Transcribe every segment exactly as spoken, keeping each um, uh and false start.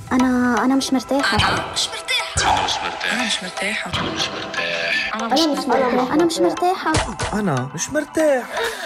أنا أنا مش مرتاحة. أنا مش مرتاحة. أنا مش مرتاح. أنا مش مرتاح. أنا مش مرتاح. أنا مش مرتاحة. أنا مش مرتاح.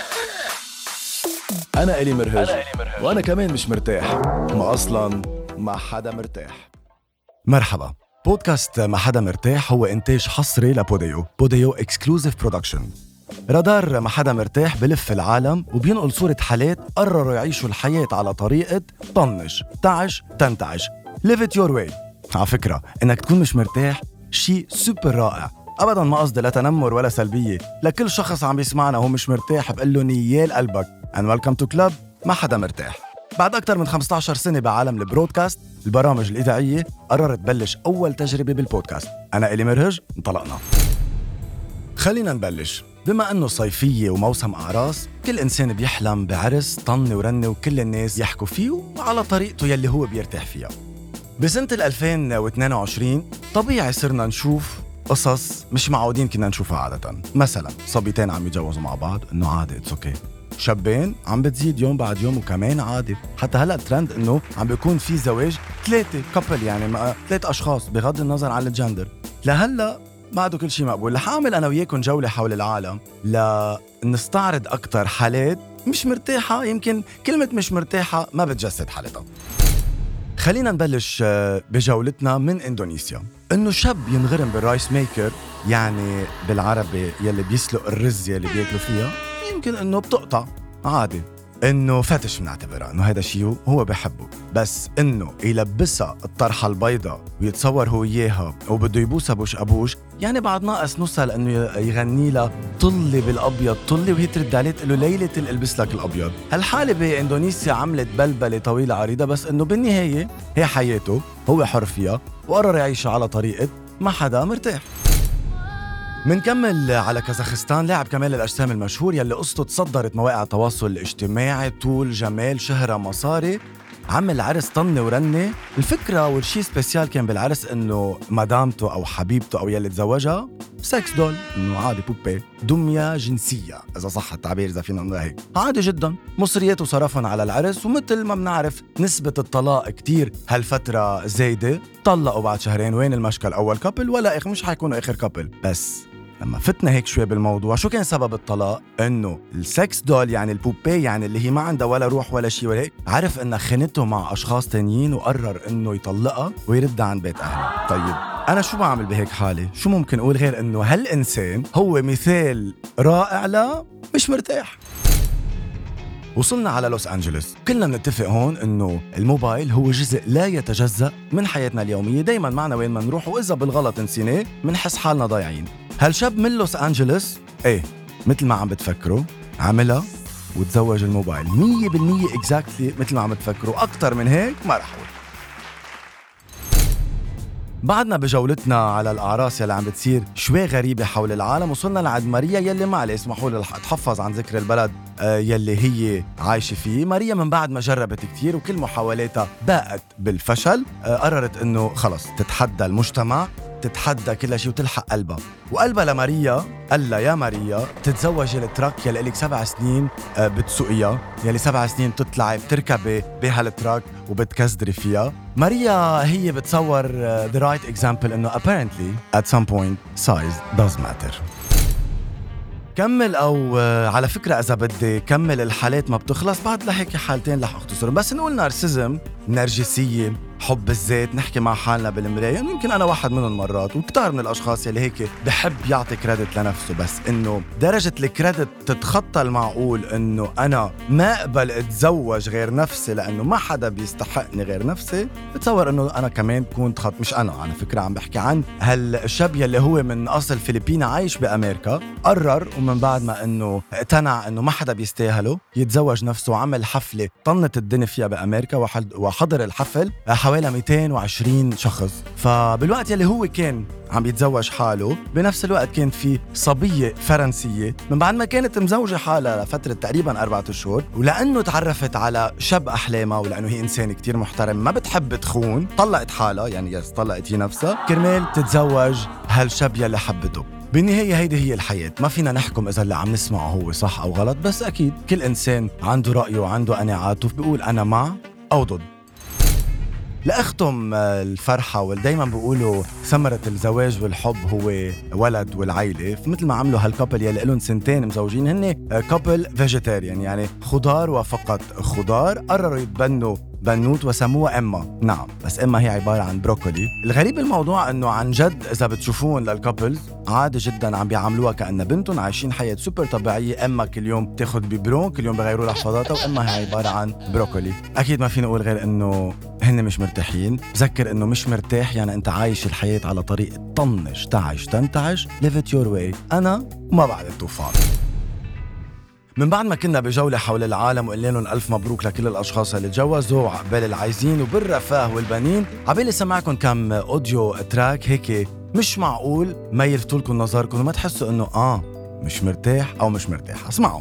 أنا إلي مرهج وأنا كمان مش مرتاح، ما أصلاً ما حدا مرتاح. مرحبا، بودكاست ما حدا مرتاح هو إنتاج حصري لبوديو بوديو إكسكلوزيف برودكشن. رادار ما حدا مرتاح بلف العالم وبينقل صورة حالات قرروا يعيشوا الحياة على طريقة طنش تعش تنتعش live it your way. على فكرة إنك تكون مش مرتاح شيء سوبر رائع، أبداً ما قصدي لا تنمر ولا سلبية. لكل شخص عم بيسمعنا وهو مش مرتاح بقول له نيال قلبك and welcome to club ما حدا مرتاح. بعد أكثر من خمسة عشر سنة بعالم البرودكاست البرامج الإذاعية قررت بلش أول تجربة بالبودكاست. أنا إلي مرهج، انطلقنا. خلينا نبلش. بما أنه صيفية وموسم أعراس، كل إنسان بيحلم بعرس طن ورنة وكل الناس يحكوا فيه وعلى طريقته يلي هو بيرتاح فيها. بسنة ألفين واثنين وعشرين طبيعي صرنا نشوف قصص مش معودين كنا نشوفها عادة. مثلا صبيتين عم يتجوزوا مع بعض، إنه عادي اتس اوكي. شابين عم بتزيد يوم بعد يوم وكمان عادي. حتى هلأ الترند إنه عم بيكون في زواج ثلاثة كابل، يعني مع ثلاث أشخاص بغض النظر عن الجندر. لهلأ بعده كل شيء مقبول. رح أعمل أنا وياكم جولة حول العالم لنستعرض أكتر حالات مش مرتاحة. يمكن كلمة مش مرتاحة ما بتجسد حالتها. خلينا نبلش بجولتنا من إندونيسيا. إنه شاب ينغرم بالرايس ميكر، يعني بالعربي يلي بيسلق الرز يلي بياكلوا فيها، يمكن إنه بتقطع عادي. إنه فتش بنعتبرها إنه هذا شيء هو بحبه، بس إنه يلبسها الطرحة البيضاء ويتصور هو إياها وبده يبوسها بوش أبوش، يعني بعد ناقص نصها لأنه يغني لها طلي بالأبيض طلي، وهي ترد عليه تقول له ليلة البس لك الأبيض. هالحالة بإندونيسيا عملت بلبلة طويلة عريضة، بس إنه بالنهاية هي حياته، هو حر فيها وقرر يعيشها على طريقة ما حدا مرتاح. منكمل على كازاخستان. لاعب كمال الأجسام المشهور يلي قصته تصدرت مواقع التواصل الاجتماعي، طول جمال شهرة مصاري، عمل عرس طنة ورنة. الفكرة والشي سبيسيال كان بالعرس إنه مدامته أو حبيبته أو يلي تزوجها سكس دول، إنه عادي بوبي دمية جنسية إذا صح التعبير، إذا فينا نقول هيك، عادي جدا. مصريات وصرفهم على العرس، ومثل ما بنعرف نسبة الطلاق كتير هالفترة زايدة. طلقوا بعد شهرين، وين المشكل؟ أول كابل ولا آخر؟ مش حيكونوا آخر كابل. بس لما فتنا هيك شوي بالموضوع، شو كان سبب الطلاق؟ انه السكس دول يعني البوبي، يعني اللي هي ما عندها ولا روح ولا شيء ولا هيك، عرف انها خنته مع اشخاص تانيين وقرر انه يطلقها ويردها عن بيت اهله. طيب انا شو بعمل بهيك حالة؟ شو ممكن اقول غير انه هالانسان هو مثال رائع لا مش مرتاح. وصلنا على لوس أنجلوس. كلنا بنتفق هون إنه الموبايل هو جزء لا يتجزأ من حياتنا اليومية، دايماً معنا وين ما نروح، وإذا بالغلط نسيناه منحس حالنا ضايعين. هالشاب من لوس أنجلوس إيه مثل ما عم بتفكروا عملها وتزوج الموبايل مية بالمية exactly مثل ما عم بتفكروا. أكتر من هيك ما رح أقول. بعدنا بجولتنا على الأعراس يلي عم بتصير شوي غريبة حول العالم. وصلنا لعند ماريا يلي معلي اسمحوا لي اتحفظ عن ذكر البلد يلي هي عايشة فيه. ماريا من بعد ما جربت كتير وكل محاولاتها باءت بالفشل، قررت انه خلص تتحدى المجتمع، تتحدى كل شيء وتلحق قلبها. وقلبها لماريا قال لها يا ماريا تتزوج التراك يلي لك سبع سنين بتسوقيها، يلي سبع سنين بتطلعي بتركبي بهالتراك وبتكزدري فيها. ماريا هي بتصور the right example انه apparently at some point size does matter. كمل أو على فكرة إذا بدي كمل الحالات ما بتخلص، بعد لهيك حالتين رح أختصر. بس نقول نارسيزم، نرجسية، حب الذات، نحكي مع حالنا بالمراية. يمكن أنا واحد من المرات وكتار من الأشخاص يلي هيك بحب يعطي كريدت لنفسه، بس إنه درجة الكريدت تتخطى المعقول. إنه أنا ما أقبل أتزوج غير نفسي لأنه ما حدا بيستحقني غير نفسي. بتصور إنه أنا كمان كنت خط. مش أنا على فكرة عم بحكي عن هالشاب يلي هو من أصل فلبيني عايش بأمريكا، قرر ومن بعد ما إنه اقتنع إنه ما حدا بيستاهله يتزوج نفسه، وعمل حفلة طنت الدنيا فيها بأمريكا، وحضر الحفل حوالي مئتين وعشرين شخص. فبالوقت يلي هو كان عم يتزوج حاله، بنفس الوقت كانت في صبية فرنسية من بعد ما كانت مزوجة حالها لفترة تقريبا أربعة أشهر، ولأنه تعرفت على شاب أحلامها ولأنه هي إنسان كتير محترم ما بتحب تخون، طلقت حالها، يعني يس طلقت هي نفسها كرمال تتزوج هالشاب يلي حبته. بالنهاية هيدي هي الحياة. ما فينا نحكم إذا اللي عم نسمعه هو صح أو غلط، بس أكيد كل إنسان عنده رأيه وعنده قناعاته، بيقول أنا مع أو ضد. لأختم الفرحة واللي دايما بيقولوا ثمرة الزواج والحب هو ولد والعيلة، فمثل ما عملوا هالكابل يلي لهم سنتين مزوجين هن كابل فيجيتاريان، يعني خضار وفقط خضار، قرروا يتبنوا بنوت وسموها إما. نعم، بس إما هي عبارة عن بروكولي. الغريب بالموضوع أنه عن جد إذا بتشوفون للكابلز عادي جدا عم بيعاملوها كأنها بنتهم، عايشين حياة سوبر طبيعية. إما كل يوم تاخد بيبرون، كل يوم بغيروا لحفاظاتها، وإما هي عبارة عن بروكولي. أكيد ما فينا نقول غير أنه هن مش مرتاحين. بذكر أنه مش مرتاح يعني أنت عايش الحياة على طريق طنش تعش تنتعش. live it your way. أنا ما بعد الطوفان. من بعد ما كنا بجولة حول العالم وقلنا لهم ألف مبروك لكل الأشخاص اللي تجوزوا وعقبال العايزين وبالرفاه والبنين، عبالي سمعكم كم أوديو تراك هيك مش معقول ما يلفتوا لكم نظركم وما تحسوا إنه آه مش مرتاح أو مش مرتاح. اسمعوا.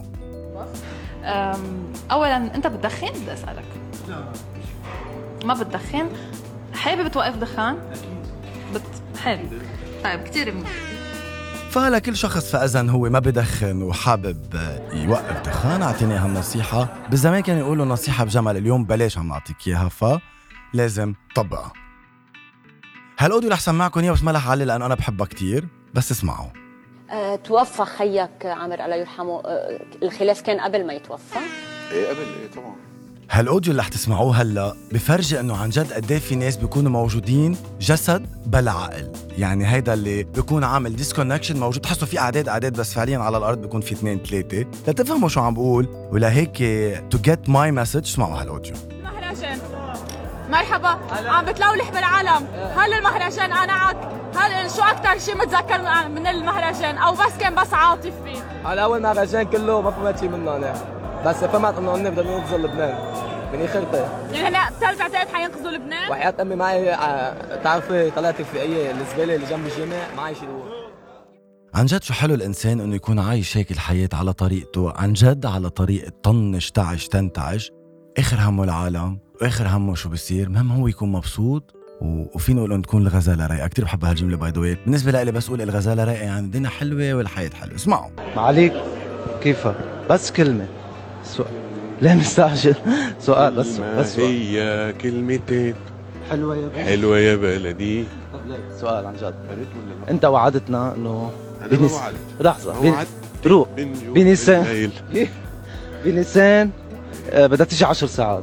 أولاً أنت بتدخن؟ بدي أسألك. لا ما بتدخن؟ حابب توقف دخان؟ بت... حلو. طيب كتير منيح. فلكل شخص فإذن هو ما بدخن وحابب يوقف دخان، اعطيني هالنصيحة. بالزمان كانوا يقولوا نصيحة بجمل، اليوم بلاش عم نعطيك إياها، فلازم طبقها. هالأوديو رح سمعكم إياه بس ما رح علي لأن أنا بحبها كتير، بس اسمعوا. أه، توفى خيك عامر الله يرحمه. أه، الخلاف كان قبل ما يتوفى؟ ايه قبل، ايه طبعا. هالأوديو اللي رح تسمعوه هلا بفرجي انه عن جد قد ايه في ناس بيكونوا موجودين جسد بلا عقل، يعني هيدا اللي بيكون عامل ديسكونكشن موجود، تحسوا في اعداد اعداد بس فعليا على الارض بيكون في اثنين ثلاثه. لتفهموا شو عم بقول ولهيك تو جيت ماي مسج اسمعوا هالأوديو. مهرجان مرحبا، عم بتلولح بالعالم. هل المهرجان قنعك؟ هل شو اكثر شيء متذكر من المهرجان او بس كان بس عاطف فيه؟ على اول مهرجان كله ما فهمت شيء منه انا، بس فهمت انه هن بدهم ينقذوا لبنان من اخرتها. يعني هن بتعرف تعتقد حينقذوا لبنان؟ وحياة امي معي تعرفي طلعت في اي الزباله اللي جنب الجامع معي شيء دور. عن جد شو حلو الانسان انه يكون عايش هيك الحياه على طريقته، عن جد على طريق طنش تعش تنتعش. اخر همه العالم واخر همه شو بصير، مهم هو يكون مبسوط. وفينا نقول تكون الغزاله رايقه. كتير بحب هالجمله باي ذا واي. بالنسبه لي بس اقول الغزاله رايقه يعني الدنيا حلوه والحياه حلوه. اسمعوا. معاليك كيفك؟ بس كلمه سؤال. لا مستعجل. سؤال بس بس سؤال. هي كلمتين حلوه يا بلدي، حلوه يا بلدي. سؤال عن جد. انت وعدتنا انه بنس... لحظه بن... روق بنيسان بنيسان آه بدها تيجي عشر ساعات،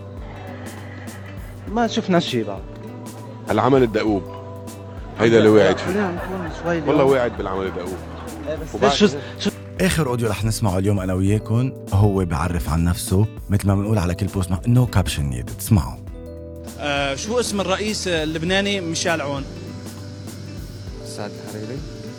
ما شفنا شيء بعد. العمل الدؤوب هيدا اللي وقعت فيه والله، وقعت بالعمل الدؤوب. بس شو شو اخر اوديو رح نسمعه اليوم انا وياكم هو بيعرف عن نفسه مثل ما بنقول على كل بوست نو كابشن نيدد. اسمعوا. آه شو اسم الرئيس اللبناني ميشيل عون؟ سعد الحريري.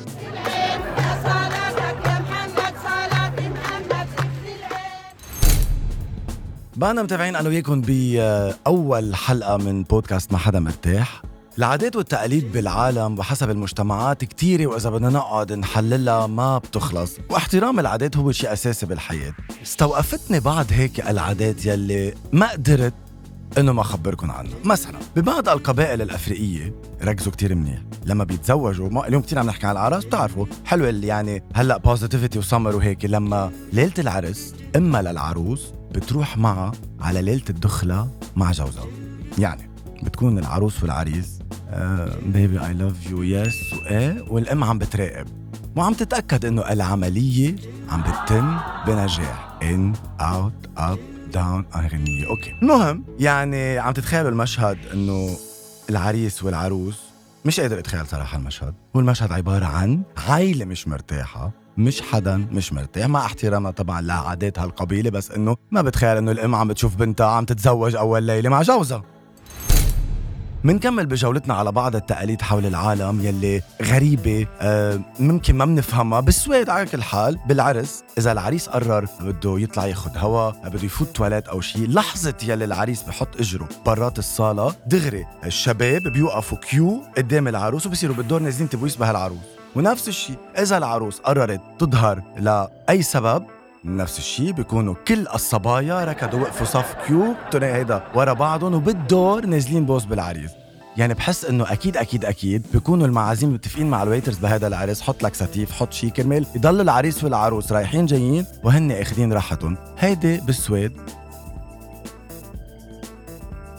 بعدنا متابعين انا وياكم باول حلقه من بودكاست ما حدا مرتاح. العادات والتقاليد بالعالم وحسب المجتمعات كتيرة، وإذا بدنا نقعد نحللها ما بتخلص، واحترام العادات هو شيء أساسي بالحياة. استوقفتني بعض هيك العادات يلي ما قدرت إنه ما أخبركن عنها. مثلا ببعض القبائل الأفريقية ركزوا كتير منيح لما بيتزوجوا. ما اليوم كتير عم نحكي عن العرس، بتعرفوا حلو اللي يعني هلأ بوزيتيفيتي وسمر وهيك. لما ليلة العرس إما للعروس بتروح معها على ليلة الدخلة مع جوزها، يعني بتكون العروس والعريس بيبي اي لاف يو يس وايه، والام عم بتراقب وعم تتاكد انه العمليه عم بتتم بنجاح. ان اوت اب داون اغنيه. اوكي المهم يعني عم تتخيلوا المشهد انه العريس والعروس، مش قادر اتخيل صراحه المشهد. والمشهد عباره عن عائله مش مرتاحه، مش حدا مش مرتاح، مع احترامنا طبعا لعادات هالقبيله، بس انه ما بتخيل انه الام عم بتشوف بنتها عم تتزوج اول ليله مع جوزها. منكمل بجولتنا على بعض التقاليد حول العالم يلي غريبة، آه ممكن ما بنفهمها. بالسويد على كل حال بالعرس إذا العريس قرر بده يطلع ياخد هوا، بده يفوت تواليت أو شيء، لحظة يلي العريس بحط إجره برات الصالة دغري الشباب بيوقفوا كيو قدام العروس وبصيروا بالدور نازلين تبويس بهالعروس. ونفس الشيء إذا العروس قررت تظهر لأي سبب، نفس الشيء بيكونوا كل الصبايا ركضوا وقفوا صف كيو توني هيدا ورا بعضهم وبالدور نازلين بوس بالعريس. يعني بحس انه اكيد اكيد اكيد بيكونوا المعازيم متفقين مع الويترز بهذا العرس، حط لك ستيف، حط شي كرمال يضل العريس والعروس رايحين جايين وهن اخذين راحتهم. هيدي بالسويد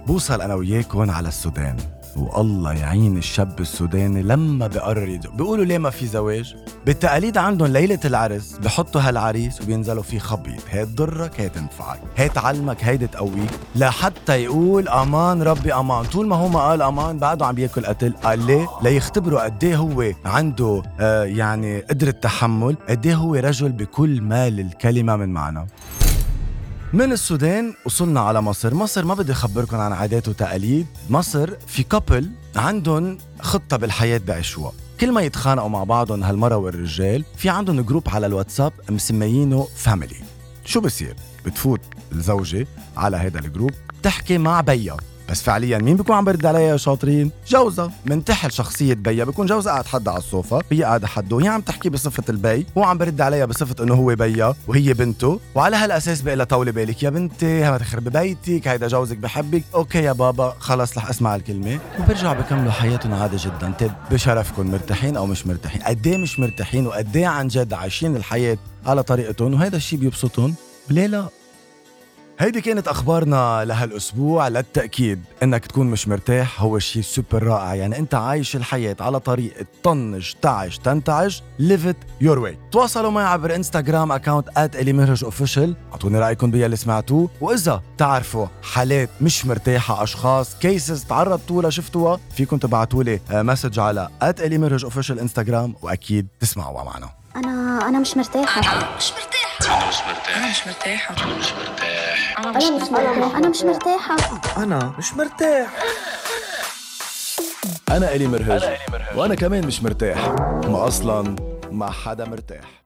بوصل أنا وياكن على السودان، والله يعين الشاب السوداني لما بقرر يدق. بيقولوا ليه ما في زواج؟ بالتقاليد عندهم ليلة العرس بحطوا هالعريس وبينزلوا فيه خبيط، هي تضرك هي تنفعك، هي تعلمك هيدي تقويك، لحتى يقول أمان ربي أمان. طول ما هو ما قال أمان بعده عم بياكل قتل. قال ليه؟ ليختبروا قديه هو عنده آه يعني قدرة تحمل، قديه هو رجل بكل ما للكلمة من معنى. من السودان وصلنا على مصر. مصر ما بدي أخبركن عن عادات وتقاليد. مصر في كابل عندهم خطة بالحياة بعيشوها، كل ما يتخانقوا مع بعضهم هالمرة والرجال في عندهم جروب على الواتساب مسميينه فاميلي. شو بصير؟ بتفوت الزوجة على هيدا الجروب تحكي مع بيا، بس فعليا مين بيكون عم برد عليها يا شاطرين؟ جوزها. من تحت شخصية بيا بيكون جوزها قاعد حدا على الصوفة، هي قاعدة حده، وهي عم تحكي بصفة البي، هو عم برد عليها بصفة انه هو بيا وهي بنته، وعلى هالاساس بقى لها طولي بالك يا بنتي، ما تخربي بيتك، هيدا جوزك بحبك. اوكي يا بابا خلص رح اسمع الكلمة، وبرجعوا بكملوا حياتهم عادي جدا. طيب بشرفكم مرتاحين او مش مرتاحين؟ قديه مش مرتاحين وقديه عن جد عايشين الحياة على طريقتهم وهيدا الشيء بيبسطهم؟ ليه لا؟ هيدي كانت أخبارنا لهالأسبوع. للتأكيد إنك تكون مش مرتاح هو شيء سوبر رائع، يعني أنت عايش الحياة على طريقة طنج تعش تنتعج live it your way. تواصلوا معي عبر انستغرام أكاونت آت إلي مهرج أوفيشل، أعطوني رأيكم بيا اللي سمعتوه، وإذا تعرفوا حالات مش مرتاحة، أشخاص كيسز تعرضتوا لها شفتوها، فيكم تبعتولي مسج على آت إلي مهرج أوفيشل انستغرام، وأكيد تسمعوا معنا. أنا أنا مش مرتاحة. أنا مش مرتاحة. أنا مش مرتاحة. أنا مش مرتاح. أنا مش مرتاحة. أنا مش مرتاحة. أنا مش مرتاح. أنا إلي مرهج، وأنا كمان مش مرتاح، ما أصلاً ما حدا مرتاح.